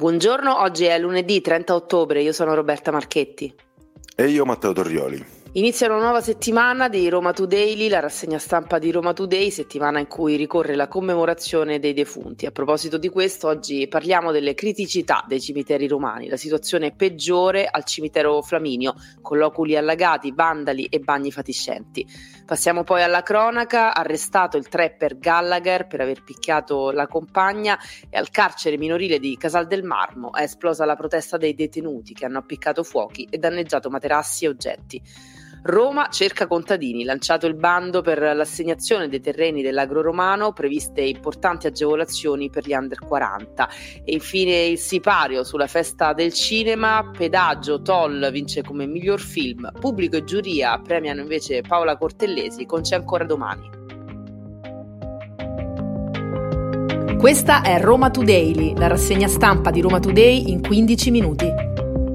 Buongiorno, oggi è lunedì 30 ottobre, io sono Roberta Marchetti. E io Matteo Torrioli. Inizia una nuova settimana di Roma Today, la rassegna stampa di Roma Today, settimana in cui ricorre la commemorazione dei defunti. A proposito di questo, oggi parliamo delle criticità dei cimiteri romani, la situazione peggiore al cimitero Flaminio, con loculi allagati, vandali e bagni fatiscenti. Passiamo poi alla cronaca, arrestato il trapper Gallagher per aver picchiato la compagna, e al carcere minorile di Casal del Marmo è esplosa la protesta dei detenuti che hanno appiccato fuochi e danneggiato materassi e oggetti. Roma cerca contadini, lanciato il bando per l'assegnazione dei terreni dell'agro romano, previste importanti agevolazioni per gli under 40. E infine il sipario sulla festa del cinema, pedaggio, Toll vince come miglior film, pubblico e giuria premiano invece Paola Cortellesi con C'è ancora domani. Questa è Roma Today, la rassegna stampa di Roma Today in 15 minuti.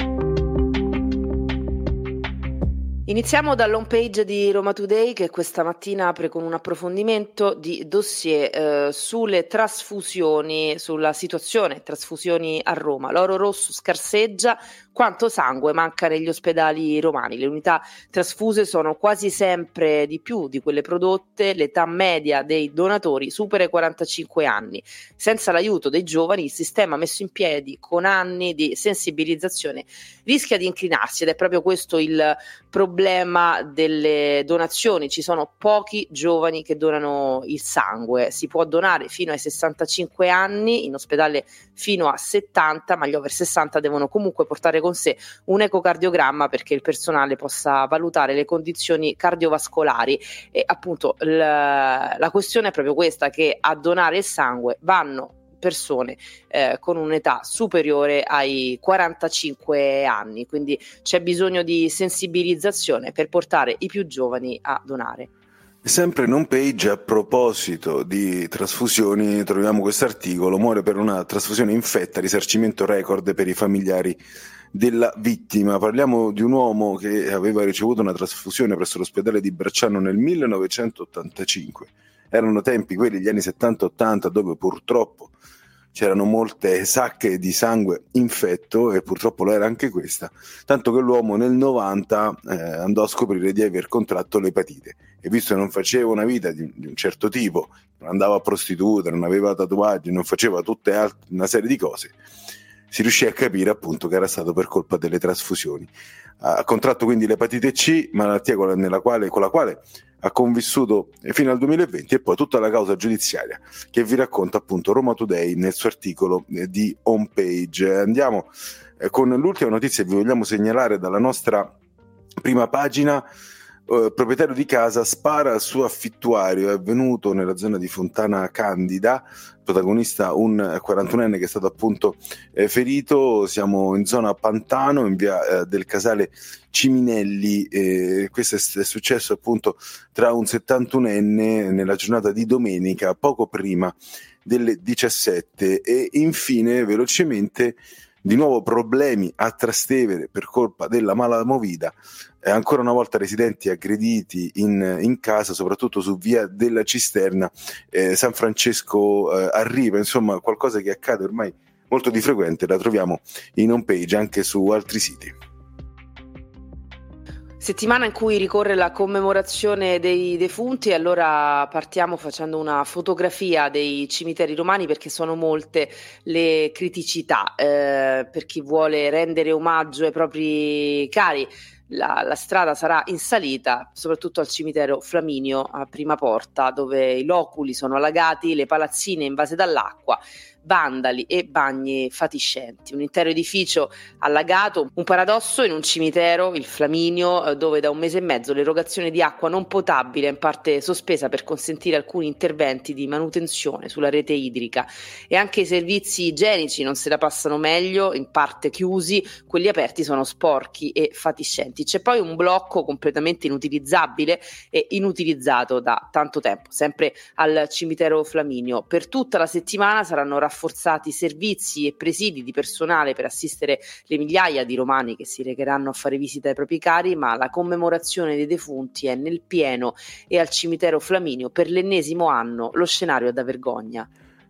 Iniziamo dall'home page di Roma Today, che questa mattina apre con un approfondimento di dossier sulle trasfusioni, sulla situazione trasfusioni a Roma. L'oro rosso scarseggia, quanto sangue manca negli ospedali romani. Le unità trasfuse sono quasi sempre di più di quelle prodotte, l'età media dei donatori supera i 45 anni. Senza l'aiuto dei giovani il sistema messo in piedi con anni di sensibilizzazione rischia di inclinarsi, ed è proprio questo il problema delle donazioni. Ci sono pochi giovani che donano il sangue, si può donare fino ai 65 anni, in ospedale fino a 70, ma gli over 60 devono comunque portare con sé un ecocardiogramma perché il personale possa valutare le condizioni cardiovascolari. E appunto la questione è proprio questa, che a donare il sangue vanno persone con un'età superiore ai 45 anni, quindi c'è bisogno di sensibilizzazione per portare i più giovani a donare. Sempre in home page, a proposito di trasfusioni, troviamo questo articolo: muore per una trasfusione infetta, risarcimento record per i familiari della vittima. Parliamo di un uomo che aveva ricevuto una trasfusione presso l'ospedale di Bracciano nel 1985. Erano tempi quelli, gli anni 70-80, dove purtroppo c'erano molte sacche di sangue infetto, e purtroppo lo era anche questa, tanto che l'uomo nel 90 andò a scoprire di aver contratto l'epatite, e visto che non faceva una vita di un certo tipo, non andava a prostituta, non aveva tatuaggi, non faceva una serie di cose, si riuscì a capire appunto che era stato per colpa delle trasfusioni. Ha contratto quindi l'epatite C, malattia con la quale ha convissuto fino al 2020, e poi tutta la causa giudiziaria che vi racconta appunto Roma Today nel suo articolo di home page. Andiamo con l'ultima notizia che vi vogliamo segnalare dalla nostra prima pagina. Proprietario di casa spara al suo affittuario, è avvenuto nella zona di Fontana Candida, protagonista un 41enne che è stato appunto ferito. Siamo in zona Pantano, in via del Casale Ciminelli. Questo è successo appunto tra un 71enne nella giornata di domenica, poco prima delle 17. E infine, velocemente, di nuovo problemi a Trastevere per colpa della mala movida. Ancora una volta residenti aggrediti in casa, soprattutto su via della Cisterna. San Francesco arriva, insomma qualcosa che accade ormai molto di frequente. La troviamo in home page anche su altri siti. Settimana in cui ricorre la commemorazione dei defunti, allora partiamo facendo una fotografia dei cimiteri romani, perché sono molte le criticità. Per chi vuole rendere omaggio ai propri cari, la strada sarà in salita, soprattutto al cimitero Flaminio a Prima Porta, dove i loculi sono allagati, le palazzine invase dall'acqua, vandali e bagni fatiscenti. Un intero edificio allagato, un paradosso in un cimitero, il Flaminio, dove da un mese e mezzo l'erogazione di acqua non potabile è in parte sospesa per consentire alcuni interventi di manutenzione sulla rete idrica, e anche i servizi igienici non se la passano meglio, in parte chiusi, quelli aperti sono sporchi e fatiscenti. C'è poi un blocco completamente inutilizzabile e inutilizzato da tanto tempo, sempre al cimitero Flaminio. Per tutta la settimana saranno rafforzati servizi e presidi di personale per assistere le migliaia di romani che si recheranno a fare visita ai propri cari, ma la commemorazione dei defunti è nel pieno, e al cimitero Flaminio per l'ennesimo anno lo scenario è da vergogna.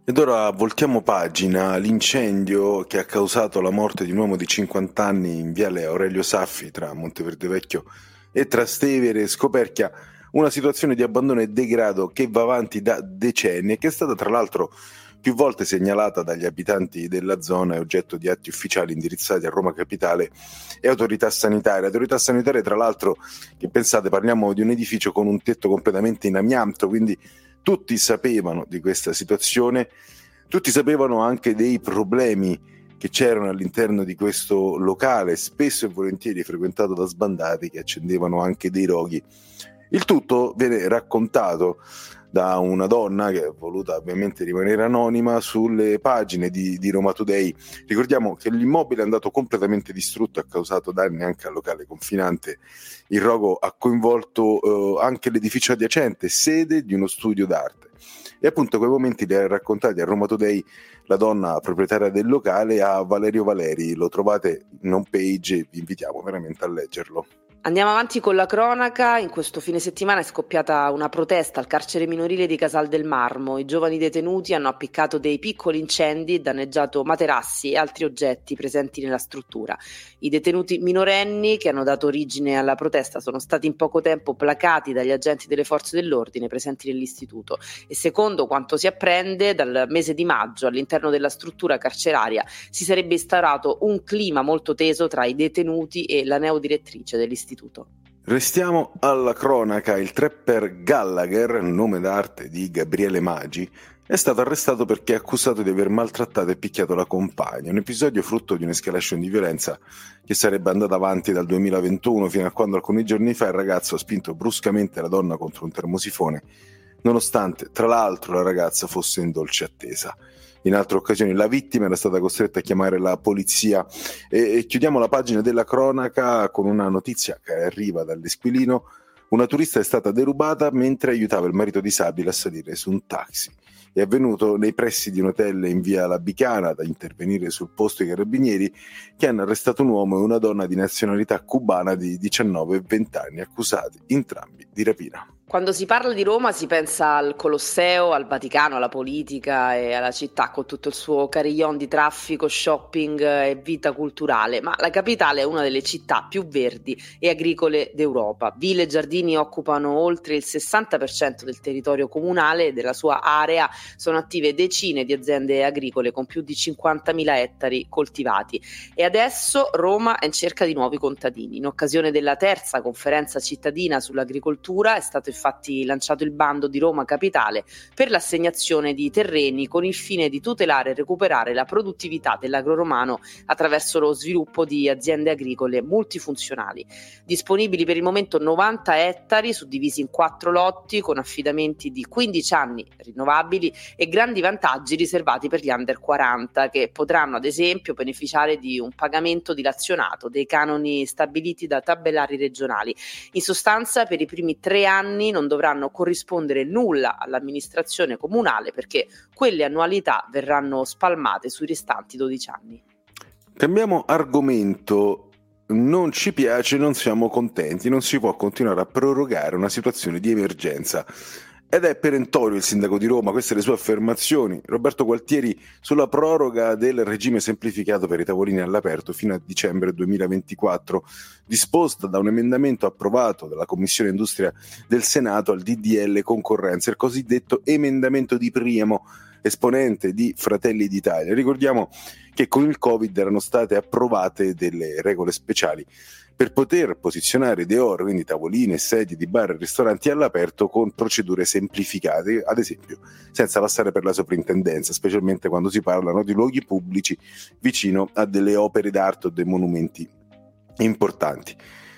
Ed ora voltiamo pagina. L'incendio che ha causato la morte di un uomo di 50 anni in viale Aurelio Saffi tra Monteverde Vecchio e Trastevere scoperchia una situazione di abbandono e degrado che va avanti da decenni e che è stata tra l'altro più volte segnalata dagli abitanti della zona e oggetto di atti ufficiali indirizzati a Roma Capitale e autorità sanitarie. Autorità sanitarie, tra l'altro, che pensate, parliamo di un edificio con un tetto completamente in amianto, quindi tutti sapevano di questa situazione, tutti sapevano anche dei problemi che c'erano all'interno di questo locale, spesso e volentieri frequentato da sbandati che accendevano anche dei roghi. Il tutto viene raccontato da una donna che è voluta ovviamente rimanere anonima sulle pagine di Roma Today. Ricordiamo che l'immobile è andato completamente distrutto, ha causato danni anche al locale confinante. Il rogo ha coinvolto anche l'edificio adiacente, sede di uno studio d'arte. E appunto quei momenti li ha raccontati a Roma Today la donna proprietaria del locale, a Valerio Valeri. Lo trovate in home page e vi invitiamo veramente a leggerlo. Andiamo avanti con la cronaca. In questo fine settimana è scoppiata una protesta al carcere minorile di Casal del Marmo. I giovani detenuti hanno appiccato dei piccoli incendi e danneggiato materassi e altri oggetti presenti nella struttura. I detenuti minorenni che hanno dato origine alla protesta sono stati in poco tempo placati dagli agenti delle forze dell'ordine presenti nell'istituto e secondo quanto si apprende dal mese di maggio all'interno della struttura carceraria si sarebbe instaurato un clima molto teso tra i detenuti e la neodirettrice dell'istituto. Restiamo alla cronaca. Il trapper Gallagher, nome d'arte di Gabriele Maggi, è stato arrestato perché è accusato di aver maltrattato e picchiato la compagna, un episodio frutto di un'escalation di violenza che sarebbe andata avanti dal 2021 fino a quando alcuni giorni fa il ragazzo ha spinto bruscamente la donna contro un termosifone, nonostante tra l'altro la ragazza fosse in dolce attesa. In altre occasioni la vittima era stata costretta a chiamare la polizia. E chiudiamo la pagina della cronaca con una notizia che arriva dall'Esquilino. Una turista è stata derubata mentre aiutava il marito disabile a salire su un taxi. È avvenuto nei pressi di un hotel in via La Bicana, da intervenire sul posto i carabinieri che hanno arrestato un uomo e una donna di nazionalità cubana di 19 e 20 anni, accusati entrambi di rapina. Quando si parla di Roma si pensa al Colosseo, al Vaticano, alla politica e alla città con tutto il suo carillon di traffico, shopping e vita culturale, ma la capitale è una delle città più verdi e agricole d'Europa. Ville e giardini occupano oltre il 60% del territorio comunale e della sua area sono attive decine di aziende agricole con più di 50.000 ettari coltivati. E adesso Roma è in cerca di nuovi contadini. In occasione della terza conferenza cittadina sull'agricoltura è stato infatti lanciato il bando di Roma Capitale per l'assegnazione di terreni con il fine di tutelare e recuperare la produttività dell'agro-romano attraverso lo sviluppo di aziende agricole multifunzionali. Disponibili per il momento 90 ettari suddivisi in 4 lotti con affidamenti di 15 anni rinnovabili e grandi vantaggi riservati per gli under 40 che potranno ad esempio beneficiare di un pagamento dilazionato dei canoni stabiliti da tabellari regionali. In sostanza per i primi 3 anni non dovranno corrispondere nulla all'amministrazione comunale perché quelle annualità verranno spalmate sui restanti 12 anni. Cambiamo argomento. Non ci piace, non siamo contenti, non si può continuare a prorogare una situazione di emergenza. Ed è perentorio il sindaco di Roma, queste le sue affermazioni. Roberto Gualtieri sulla proroga del regime semplificato per i tavolini all'aperto fino a dicembre 2024, disposta da un emendamento approvato dalla Commissione Industria del Senato al DDL Concorrenza, il cosiddetto emendamento di Priamo, esponente di Fratelli d'Italia. Ricordiamo che con il Covid erano state approvate delle regole speciali per poter posizionare dehors, quindi tavoline, sedie di bar e ristoranti all'aperto con procedure semplificate, ad esempio senza passare per la soprintendenza, specialmente quando si parlano di luoghi pubblici vicino a delle opere d'arte o dei monumenti importanti.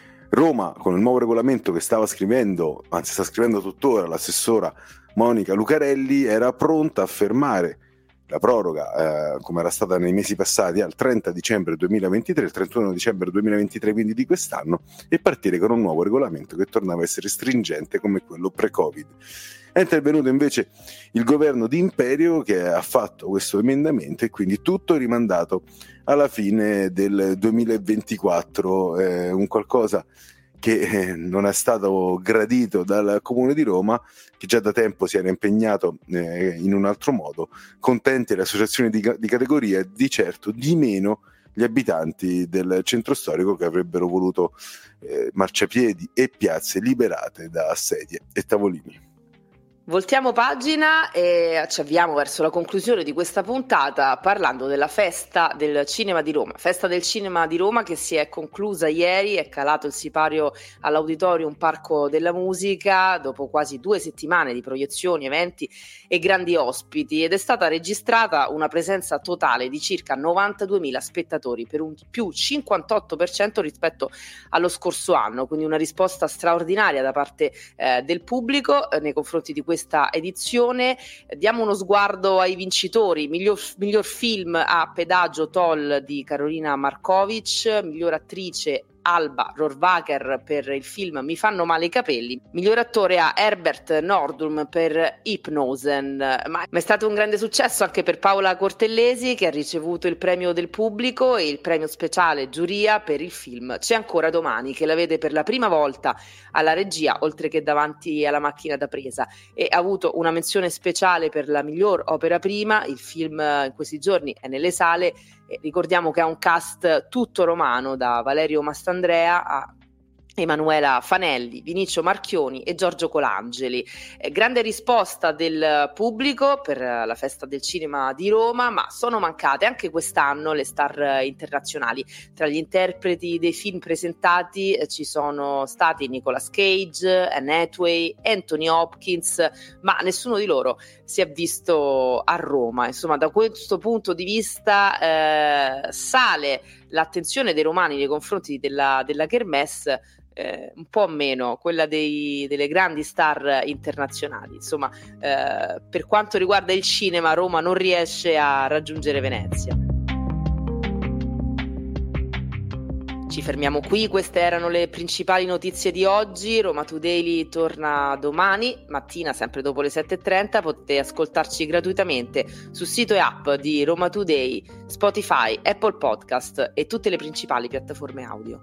Roma, con il nuovo regolamento che stava scrivendo, anzi sta scrivendo tuttora l'assessora Monica Lucarelli, era pronta a fermare la proroga, come era stata nei mesi passati, al 30 dicembre 2023, il 31 dicembre 2023, quindi di quest'anno, e partire con un nuovo regolamento che tornava a essere stringente come quello pre-Covid. È intervenuto invece il governo di Imperio che ha fatto questo emendamento e quindi tutto è rimandato alla fine del 2024, un qualcosa che non è stato gradito dal Comune di Roma, che già da tempo si era impegnato in un altro modo. Contenti le associazioni di categoria, di certo di meno gli abitanti del centro storico, che avrebbero voluto marciapiedi e piazze liberate da sedie e tavolini. Voltiamo pagina e ci avviamo verso la conclusione di questa puntata parlando della Festa del Cinema di Roma. Festa del Cinema di Roma che si è conclusa ieri, è calato il sipario all'Auditorium Parco della Musica dopo quasi 2 settimane di proiezioni, eventi e grandi ospiti, ed è stata registrata una presenza totale di circa 92.000 spettatori, per un più 58% rispetto allo scorso anno, quindi una risposta straordinaria da parte del pubblico nei confronti di questa edizione. Diamo uno sguardo ai vincitori: miglior film a Pedagio Toll di Carolina Markovic, miglior attrice Alba Rohrwacher per il film Mi fanno male i capelli, miglior attore a Herbert Nordrum per Hypnosen. Ma è stato un grande successo anche per Paola Cortellesi, che ha ricevuto il premio del pubblico e il premio speciale giuria per il film C'è ancora domani, che la vede per la prima volta alla regia oltre che davanti alla macchina da presa, e ha avuto una menzione speciale per la miglior opera prima. Il film in questi giorni è nelle sale. Ricordiamo che ha un cast tutto romano, da Valerio Mastandrea a Emanuela Fanelli, Vinicio Marchioni e Giorgio Colangeli. Grande risposta del pubblico per la Festa del Cinema di Roma, ma sono mancate anche quest'anno le star internazionali. Tra gli interpreti dei film presentati ci sono stati Nicolas Cage, Anne Hathaway, Anthony Hopkins, ma nessuno di loro si è visto a Roma. Insomma, da questo punto di vista sale l'attenzione dei romani nei confronti della Kermesse, un po' meno quella delle grandi star internazionali. Insomma, per quanto riguarda il cinema, Roma non riesce a raggiungere Venezia. Ci fermiamo qui, queste erano le principali notizie di oggi. Roma Today torna domani mattina, sempre dopo le 7:30. Potete ascoltarci gratuitamente sul sito e app di Roma Today, Spotify, Apple Podcast e tutte le principali piattaforme audio.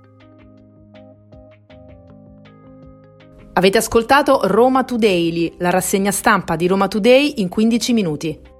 Avete ascoltato Roma Today, la rassegna stampa di Roma Today in 15 minuti.